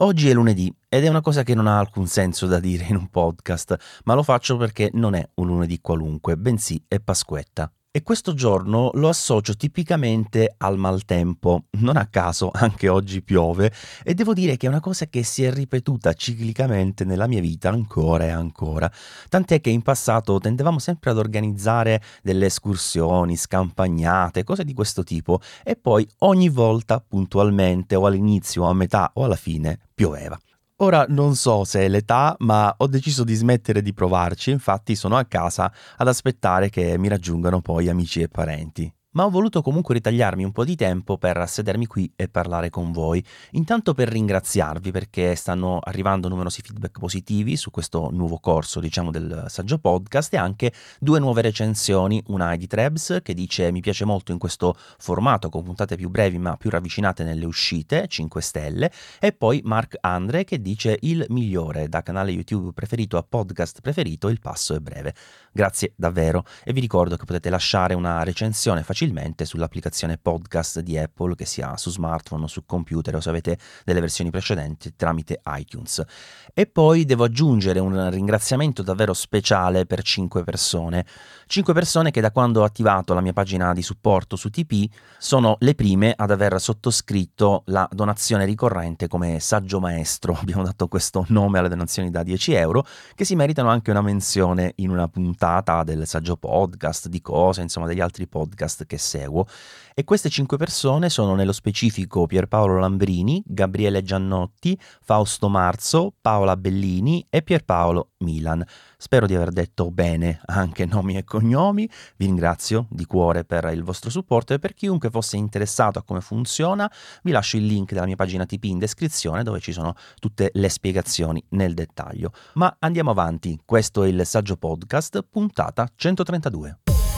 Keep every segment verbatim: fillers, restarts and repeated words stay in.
Oggi è lunedì ed è una cosa che non ha alcun senso da dire in un podcast, ma lo faccio perché non è un lunedì qualunque, bensì è Pasquetta. E questo giorno lo associo tipicamente al maltempo. Non a caso anche oggi piove e devo dire che è una cosa che si è ripetuta ciclicamente nella mia vita ancora e ancora. Tant'è che in passato tendevamo sempre ad organizzare delle escursioni, scampagnate, cose di questo tipo e poi ogni volta puntualmente o all'inizio, a metà o alla fine pioveva. Ora non so se è l'età, ma ho deciso di smettere di provarci, infatti sono a casa ad aspettare che mi raggiungano poi amici e parenti. Ma ho voluto comunque ritagliarmi un po' di tempo per sedermi qui e parlare con voi. Intanto per ringraziarvi perché stanno arrivando numerosi feedback positivi su questo nuovo corso, diciamo, del Saggio Podcast e anche due nuove recensioni, una di Trebs che dice mi piace molto in questo formato con puntate più brevi ma più ravvicinate nelle uscite, cinque stelle, e poi Mark Andre che dice il migliore, da canale YouTube preferito a podcast preferito, il passo è breve. Grazie davvero e vi ricordo che potete lasciare una recensione facilmente facilmente sull'applicazione podcast di Apple, che sia su smartphone o su computer o se avete delle versioni precedenti tramite iTunes. E poi devo aggiungere un ringraziamento davvero speciale per cinque persone. cinque persone che da quando ho attivato la mia pagina di supporto su T P sono le prime ad aver sottoscritto la donazione ricorrente come saggio maestro. Abbiamo dato questo nome alle donazioni da dieci euro che si meritano anche una menzione in una puntata del Saggio Podcast, di cose, insomma degli altri podcast che seguo. E queste cinque persone sono nello specifico Pierpaolo Lambrini, Gabriele Giannotti, Fausto Marzo, Paola Bellini e Pierpaolo Milan. Spero di aver detto bene anche nomi e cognomi, vi ringrazio di cuore per il vostro supporto e per chiunque fosse interessato a come funziona vi lascio il link della mia pagina T P in descrizione dove ci sono tutte le spiegazioni nel dettaglio. Ma andiamo avanti, questo è il Saggio Podcast, puntata centotrentadue.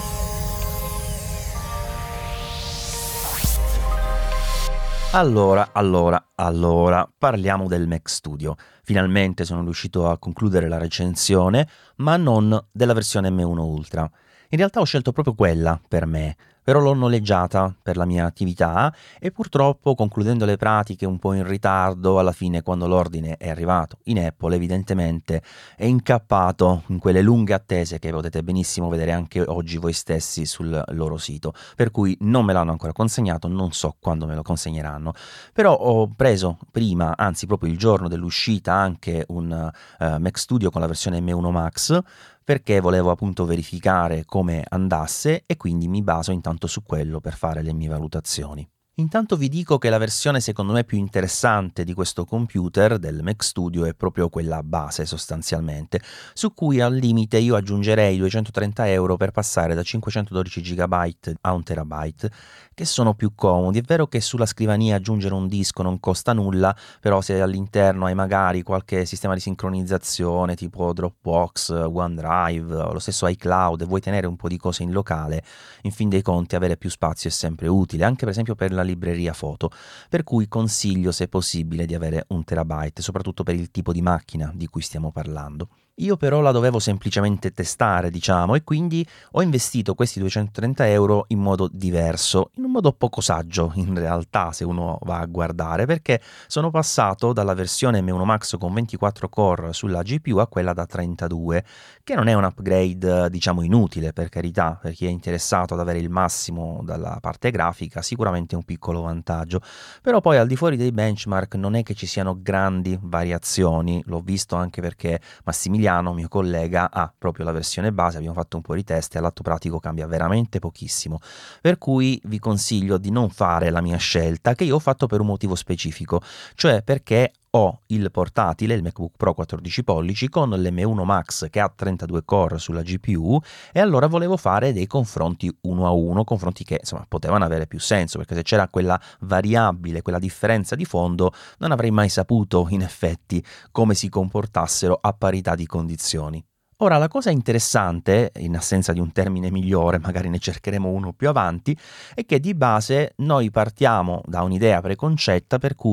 Allora, allora, allora, parliamo del Mac Studio. Finalmente sono riuscito a concludere la recensione, ma non della versione M uno Ultra. In realtà ho scelto proprio quella per me, però l'ho noleggiata per la mia attività e purtroppo, concludendo le pratiche un po' in ritardo, alla fine quando l'ordine è arrivato in Apple evidentemente è incappato in quelle lunghe attese che potete benissimo vedere anche oggi voi stessi sul loro sito, per cui non me l'hanno ancora consegnato, non so quando me lo consegneranno, però ho preso prima, anzi proprio il giorno dell'uscita, anche un uh, Mac Studio con la versione M uno Max, perché volevo appunto verificare come andasse e quindi mi baso intanto su quello per fare le mie valutazioni. Intanto vi dico che la versione secondo me più interessante di questo computer, del Mac Studio, è proprio quella base sostanzialmente, su cui al limite io aggiungerei duecentotrenta euro per passare da cinquecentododici giga a un terabyte, che sono più comodi. È vero che sulla scrivania aggiungere un disco non costa nulla, però se all'interno hai magari qualche sistema di sincronizzazione tipo Dropbox, OneDrive o lo stesso iCloud e vuoi tenere un po' di cose in locale, in fin dei conti avere più spazio è sempre utile, anche per esempio per la libreria foto, per cui consiglio se possibile di avere un terabyte, soprattutto per il tipo di macchina di cui stiamo parlando. Io però la dovevo semplicemente testare, diciamo, e quindi ho investito questi duecentotrenta euro in modo diverso, in un modo poco saggio in realtà se uno va a guardare, perché sono passato dalla versione M uno Max con ventiquattro core sulla G P U a quella da trentadue, che non è un upgrade diciamo inutile, per carità, per chi è interessato ad avere il massimo dalla parte grafica sicuramente è un piccolo vantaggio, però poi al di fuori dei benchmark non è che ci siano grandi variazioni, l'ho visto anche perché Massimiliano, mio collega, ha proprio la versione base, abbiamo fatto un po' di test e all'atto pratico cambia veramente pochissimo, per cui vi consiglio di non fare la mia scelta che io ho fatto per un motivo specifico, cioè perché ho il portatile, il MacBook Pro quattordici pollici con l'M uno Max che ha trentadue core sulla G P U e allora volevo fare dei confronti uno a uno, confronti che insomma potevano avere più senso, perché se c'era quella variabile, quella differenza di fondo non avrei mai saputo in effetti come si comportassero a parità di condizioni. Ora, la cosa interessante, in assenza di un termine migliore, magari ne cercheremo uno più avanti, è che di base noi partiamo da un'idea preconcetta per cui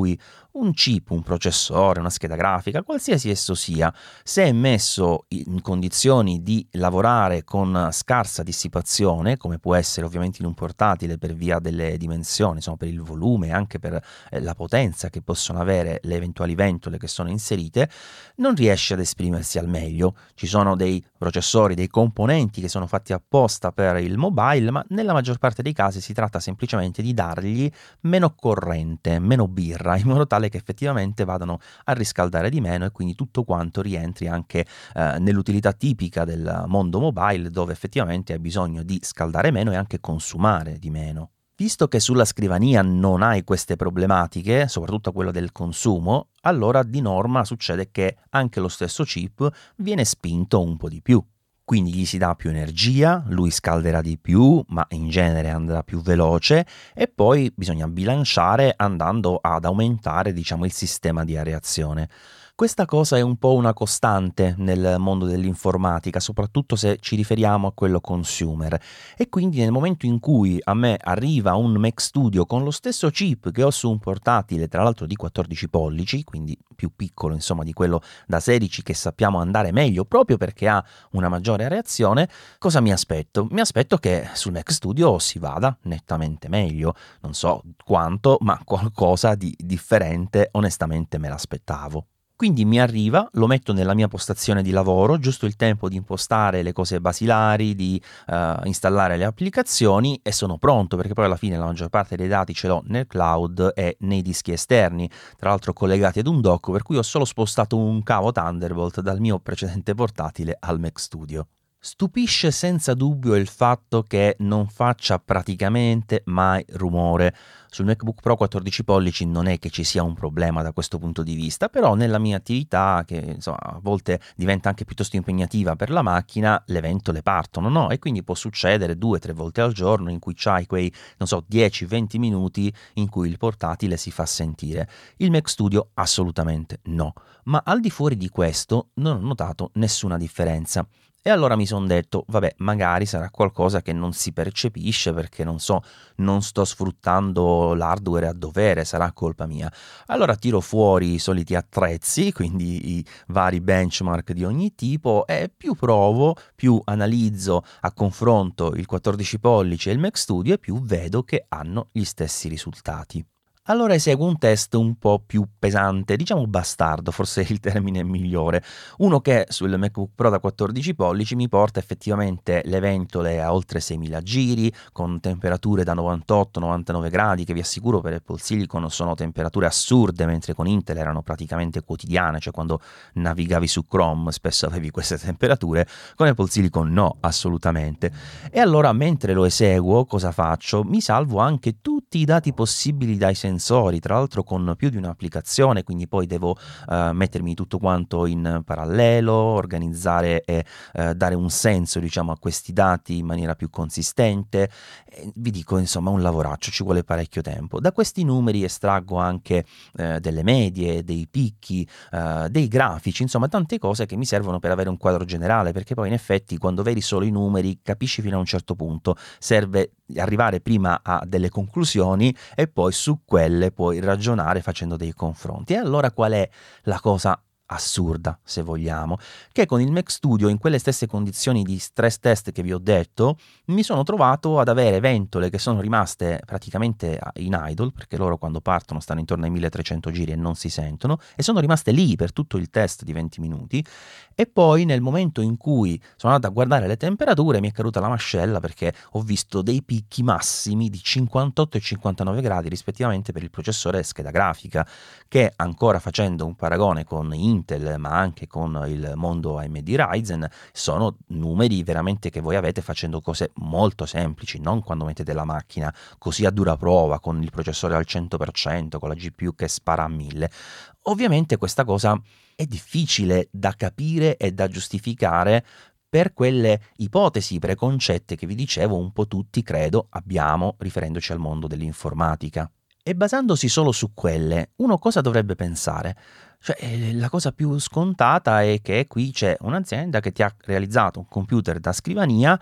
Un chip, un processore, una scheda grafica, qualsiasi esso sia, se è messo in condizioni di lavorare con scarsa dissipazione, come può essere ovviamente in un portatile per via delle dimensioni, insomma per il volume e anche per eh, la potenza che possono avere le eventuali ventole che sono inserite, non riesce ad esprimersi al meglio. Ci sono dei processori, dei componenti che sono fatti apposta per il mobile, ma nella maggior parte dei casi si tratta semplicemente di dargli meno corrente, meno birra, in modo tale che effettivamente vadano a riscaldare di meno e quindi tutto quanto rientri anche eh, nell'utilità tipica del mondo mobile, dove effettivamente hai bisogno di scaldare meno e anche consumare di meno. Visto che sulla scrivania non hai queste problematiche, soprattutto quello del consumo, allora di norma succede che anche lo stesso chip viene spinto un po' di più. Quindi gli si dà più energia, lui scalderà di più, ma in genere andrà più veloce e poi bisogna bilanciare andando ad aumentare, diciamo, il sistema di areazione. Questa cosa è un po' una costante nel mondo dell'informatica, soprattutto se ci riferiamo a quello consumer. E quindi nel momento in cui a me arriva un Mac Studio con lo stesso chip che ho su un portatile, tra l'altro di quattordici pollici, quindi più piccolo insomma di quello da sedici che sappiamo andare meglio proprio perché ha una maggiore areazione, cosa mi aspetto? Mi aspetto che sul Mac Studio si vada nettamente meglio. Non so quanto, ma qualcosa di differente onestamente me l'aspettavo. Quindi mi arriva, lo metto nella mia postazione di lavoro, giusto il tempo di impostare le cose basilari, di uh, installare le applicazioni e sono pronto, perché poi alla fine la maggior parte dei dati ce l'ho nel cloud e nei dischi esterni, tra l'altro collegati ad un dock, per cui ho solo spostato un cavo Thunderbolt dal mio precedente portatile al Mac Studio. Stupisce senza dubbio il fatto che non faccia praticamente mai rumore. Sul MacBook Pro quattordici pollici non è che ci sia un problema da questo punto di vista, però nella mia attività, che insomma a volte diventa anche piuttosto impegnativa per la macchina, le ventole partono, no? E quindi può succedere due o tre volte al giorno in cui c'hai quei, non so, dieci venti minuti in cui il portatile si fa sentire. Il Mac Studio assolutamente no, ma al di fuori di questo non ho notato nessuna differenza. E allora mi sono detto, vabbè, magari sarà qualcosa che non si percepisce perché non so, non sto sfruttando l'hardware a dovere, sarà colpa mia. Allora tiro fuori i soliti attrezzi, quindi i vari benchmark di ogni tipo e più provo, più analizzo a confronto il quattordici pollici e il Mac Studio e più vedo che hanno gli stessi risultati. Allora eseguo un test un po' più pesante, diciamo bastardo, forse è il termine migliore, uno che sul MacBook Pro da quattordici pollici mi porta effettivamente le ventole a oltre seimila giri, con temperature da novantotto novantanove gradi, che vi assicuro per Apple Silicon sono temperature assurde, mentre con Intel erano praticamente quotidiane, cioè quando navigavi su Chrome spesso avevi queste temperature, con Apple Silicon no, assolutamente. E allora mentre lo eseguo, cosa faccio? Mi salvo anche tutti i dati possibili dai sensori, tra l'altro con più di un'applicazione, quindi poi devo uh, mettermi tutto quanto in parallelo, organizzare e uh, dare un senso diciamo a questi dati in maniera più consistente. E vi dico insomma un lavoraccio, ci vuole parecchio tempo. Da questi numeri estraggo anche uh, delle medie, dei picchi, uh, dei grafici, insomma tante cose che mi servono per avere un quadro generale, perché poi in effetti quando vedi solo i numeri capisci fino a un certo punto, serve arrivare prima a delle conclusioni e poi su quelle puoi ragionare facendo dei confronti. E allora qual è la cosa assurda, se vogliamo? Che con il Mac Studio, in quelle stesse condizioni di stress test che vi ho detto, mi sono trovato ad avere ventole che sono rimaste praticamente in idle, perché loro quando partono stanno intorno ai milletrecento giri e non si sentono, e sono rimaste lì per tutto il test di venti minuti. E poi nel momento in cui sono andato a guardare le temperature mi è caduta la mascella, perché ho visto dei picchi massimi di cinquantotto e cinquantanove gradi rispettivamente per il processore e scheda grafica, che ancora facendo un paragone con Intel ma anche con il mondo A M D Ryzen sono numeri veramente che voi avete facendo cose molto semplici, non quando mettete la macchina così a dura prova con il processore al cento per cento, con la G P U che spara a mille. Ovviamente questa cosa è difficile da capire e da giustificare per quelle ipotesi preconcette che vi dicevo un po' tutti credo abbiamo riferendoci al mondo dell'informatica. E basandosi solo su quelle, uno cosa dovrebbe pensare? Cioè, la cosa più scontata è che qui c'è un'azienda che ti ha realizzato un computer da scrivania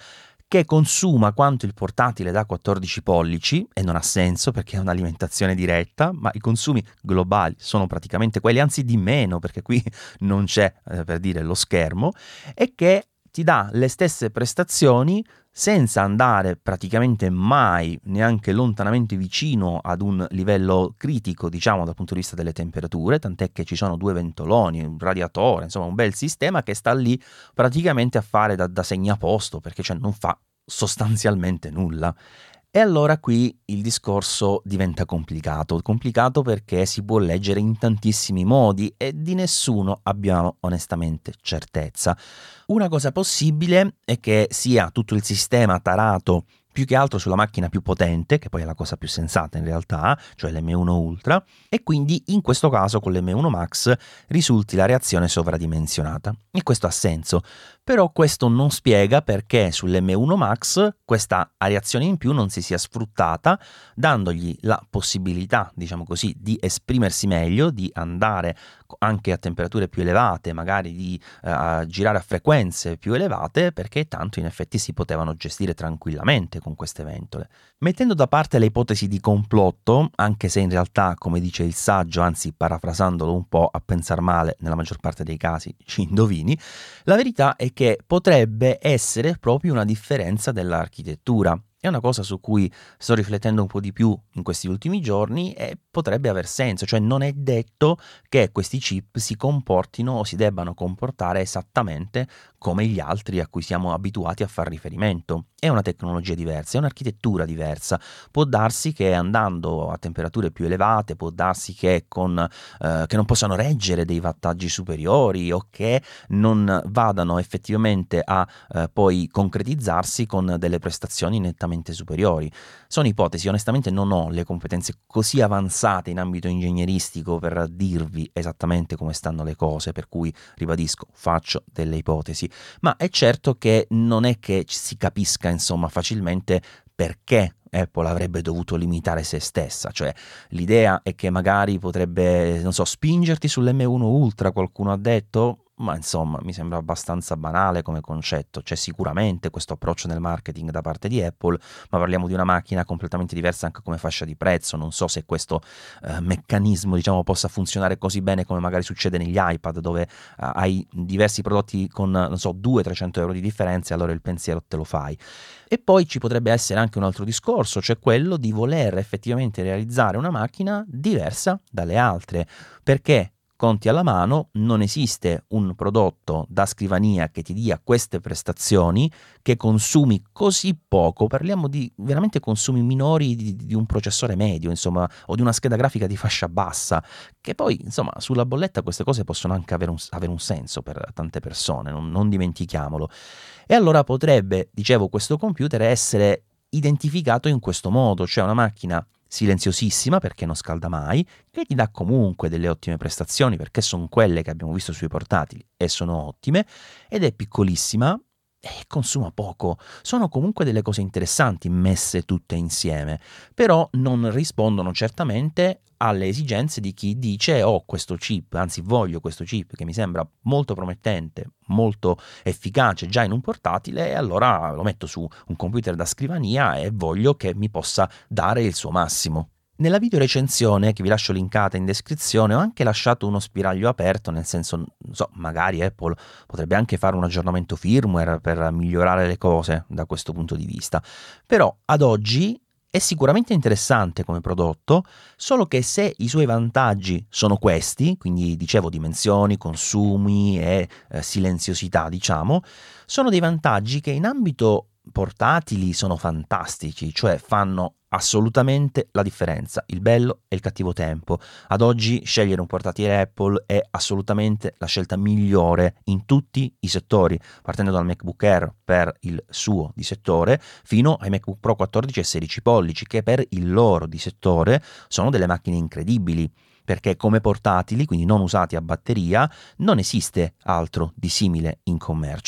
che consuma quanto il portatile da quattordici pollici, e non ha senso perché è un'alimentazione diretta, ma i consumi globali sono praticamente quelli, anzi di meno, perché qui non c'è, eh, per dire, lo schermo, e che ti dà le stesse prestazioni senza andare praticamente mai neanche lontanamente vicino ad un livello critico, diciamo, dal punto di vista delle temperature, tant'è che ci sono due ventoloni, un radiatore, insomma un bel sistema che sta lì praticamente a fare da, da segnaposto, perché cioè non fa sostanzialmente nulla. E allora qui il discorso diventa complicato, complicato perché si può leggere in tantissimi modi e di nessuno abbiamo onestamente certezza. Una cosa possibile è che sia tutto il sistema tarato più che altro sulla macchina più potente, che poi è la cosa più sensata in realtà, cioè l'M uno Ultra, e quindi in questo caso con l'M uno Max risulti la reazione sovradimensionata. E questo ha senso, però questo non spiega perché sull'M uno Max questa reazione in più non si sia sfruttata, dandogli la possibilità, diciamo così, di esprimersi meglio, di andare anche a temperature più elevate, magari di uh, girare a frequenze più elevate, perché tanto in effetti si potevano gestire tranquillamente con queste ventole. Mettendo da parte le ipotesi di complotto, anche se in realtà, come dice il saggio, anzi parafrasandolo un po', a pensar male nella maggior parte dei casi ci indovini, la verità è che potrebbe essere proprio una differenza dell'architettura. È una cosa su cui sto riflettendo un po' di più in questi ultimi giorni e potrebbe aver senso, cioè non è detto che questi chip si comportino o si debbano comportare esattamente come gli altri a cui siamo abituati a far riferimento. È una tecnologia diversa, è un'architettura diversa. Può darsi che andando a temperature più elevate, può darsi che, con, eh, che non possano reggere dei wattaggi superiori o che non vadano effettivamente a eh, poi concretizzarsi con delle prestazioni nettamente superiori. Sono ipotesi, onestamente non ho le competenze così avanzate in ambito ingegneristico per dirvi esattamente come stanno le cose, per cui ribadisco, faccio delle ipotesi. Ma è certo che non è che si capisca insomma facilmente perché Apple avrebbe dovuto limitare se stessa, cioè l'idea è che magari potrebbe, non so, spingerti sull'M uno Ultra, qualcuno ha detto, ma insomma mi sembra abbastanza banale come concetto. C'è sicuramente questo approccio nel marketing da parte di Apple, ma parliamo di una macchina completamente diversa anche come fascia di prezzo. Non so se questo eh, meccanismo, diciamo, possa funzionare così bene come magari succede negli iPad, dove eh, hai diversi prodotti con, non so, duecento trecento euro di differenza e allora il pensiero te lo fai. E poi ci potrebbe essere anche un altro discorso, cioè quello di voler effettivamente realizzare una macchina diversa dalle altre, perché conti alla mano, non esiste un prodotto da scrivania che ti dia queste prestazioni, che consumi così poco. Parliamo di veramente consumi minori di, di un processore medio, insomma, o di una scheda grafica di fascia bassa, che poi, insomma, sulla bolletta queste cose possono anche avere un, avere un senso per tante persone, non, non dimentichiamolo. E allora potrebbe, dicevo, questo computer essere identificato in questo modo, cioè una macchina silenziosissima perché non scalda mai, che ti dà comunque delle ottime prestazioni perché sono quelle che abbiamo visto sui portatili e sono ottime, ed è piccolissima e consuma poco. Sono comunque delle cose interessanti messe tutte insieme, però non rispondono certamente alle esigenze di chi dice ho questo chip, anzi voglio questo chip che mi sembra molto promettente, molto efficace già in un portatile, e allora lo metto su un computer da scrivania e voglio che mi possa dare il suo massimo. Nella video recensione, che vi lascio linkata in descrizione, ho anche lasciato uno spiraglio aperto, nel senso, non so, magari Apple potrebbe anche fare un aggiornamento firmware per migliorare le cose da questo punto di vista, però ad oggi è sicuramente interessante come prodotto, solo che se i suoi vantaggi sono questi, quindi dicevo dimensioni, consumi e eh, silenziosità, diciamo, sono dei vantaggi che in ambito portatili sono fantastici, cioè fanno assolutamente la differenza, il bello e il cattivo tempo. Ad oggi scegliere un portatile Apple è assolutamente la scelta migliore in tutti i settori, partendo dal MacBook Air per il suo di settore fino ai MacBook Pro quattordici e sedici pollici, che per il loro di settore sono delle macchine incredibili, perché come portatili, quindi non usati a batteria, non esiste altro di simile in commercio.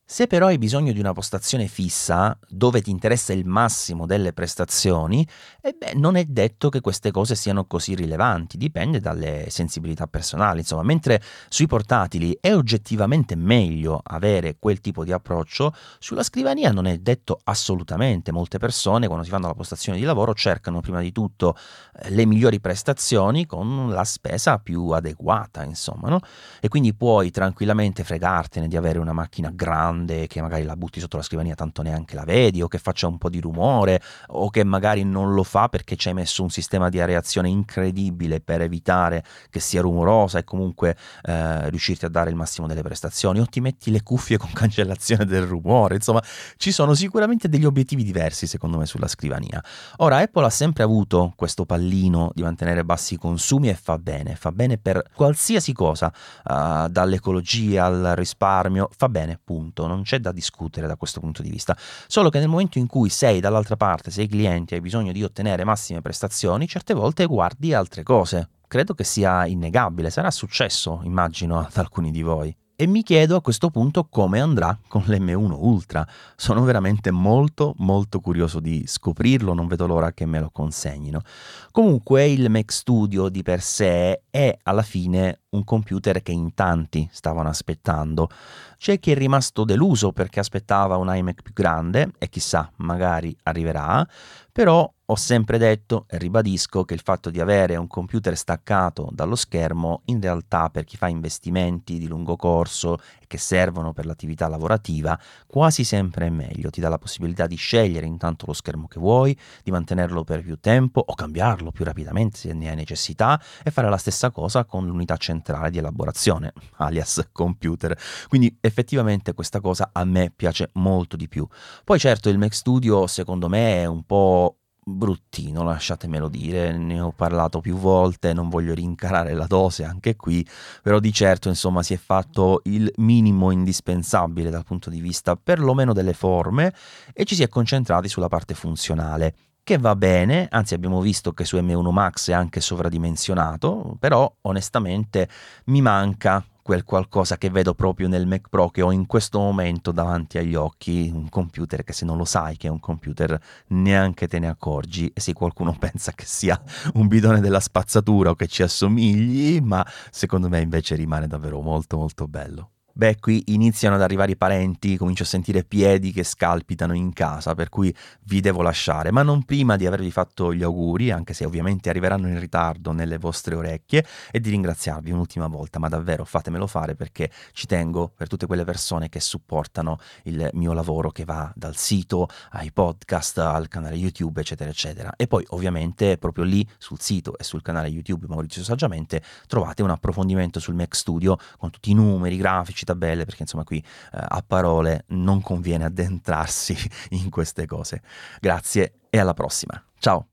Se però hai bisogno di una postazione fissa, dove ti interessa il massimo delle prestazioni, e beh, non è detto che queste cose siano così rilevanti, dipende dalle sensibilità personali. Insomma, mentre sui portatili è oggettivamente meglio avere quel tipo di approccio, sulla scrivania non è detto assolutamente. Molte persone, quando si fanno la postazione di lavoro, cercano prima di tutto eh, le migliori prestazioni con la spesa più adeguata, insomma, no? E quindi puoi tranquillamente fregartene di avere una macchina grande che magari la butti sotto la scrivania tanto neanche la vedi, o che faccia un po' di rumore, o che magari non lo fa perché ci hai messo un sistema di areazione incredibile per evitare che sia rumorosa e comunque eh, riuscirti a dare il massimo delle prestazioni, o ti metti le cuffie con cancellazione del rumore. Insomma, ci sono sicuramente degli obiettivi diversi secondo me sulla scrivania. Ora, Apple ha sempre avuto questo pallino di mantenere bassi i consumi e fa bene, fa bene per qualsiasi cosa, uh, dall'ecologia al risparmio, fa bene, punto. Non c'è da discutere da questo punto di vista, solo che nel momento in cui sei dall'altra parte, sei cliente e hai bisogno di ottenere massime prestazioni, certe volte guardi altre cose. Credo che sia innegabile, sarà successo, immagino, ad alcuni di voi. E mi chiedo a questo punto come andrà con l'M uno Ultra. Sono veramente molto molto curioso di scoprirlo, non vedo l'ora che me lo consegnino. Comunque il Mac Studio di per sé è alla fine un computer che in tanti stavano aspettando. C'è chi è rimasto deluso perché aspettava un iMac più grande, e chissà, magari arriverà, però ho sempre detto e ribadisco che il fatto di avere un computer staccato dallo schermo, in realtà per chi fa investimenti di lungo corso e che servono per l'attività lavorativa, quasi sempre è meglio. Ti dà la possibilità di scegliere intanto lo schermo che vuoi, di mantenerlo per più tempo o cambiarlo più rapidamente se ne hai necessità, e fare la stessa cosa con l'unità centrale di elaborazione, alias computer. Quindi effettivamente questa cosa a me piace molto di più. Poi certo il Mac Studio secondo me è un po' bruttino, lasciatemelo dire, ne ho parlato più volte, non voglio rincarare la dose anche qui, però di certo insomma si è fatto il minimo indispensabile dal punto di vista perlomeno delle forme, e ci si è concentrati sulla parte funzionale, che va bene, anzi abbiamo visto che su M uno Max è anche sovradimensionato, però onestamente mi manca quel qualcosa che vedo proprio nel Mac Pro che ho in questo momento davanti agli occhi, un computer che se non lo sai che è un computer neanche te ne accorgi, e se qualcuno pensa che sia un bidone della spazzatura o che ci assomigli, ma secondo me invece rimane davvero molto molto bello. Beh, qui iniziano ad arrivare i parenti, comincio a sentire piedi che scalpitano in casa, per cui vi devo lasciare, ma non prima di avervi fatto gli auguri, anche se ovviamente arriveranno in ritardo nelle vostre orecchie, e di ringraziarvi un'ultima volta, ma davvero fatemelo fare perché ci tengo per tutte quelle persone che supportano il mio lavoro, che va dal sito ai podcast, al canale YouTube, eccetera, eccetera. E poi ovviamente proprio lì sul sito e sul canale YouTube Maurizio Saggiamente trovate un approfondimento sul Mac Studio con tutti i numeri, grafici, tabelle, perché insomma qui eh, a parole non conviene addentrarsi in queste cose. Grazie e alla prossima. Ciao!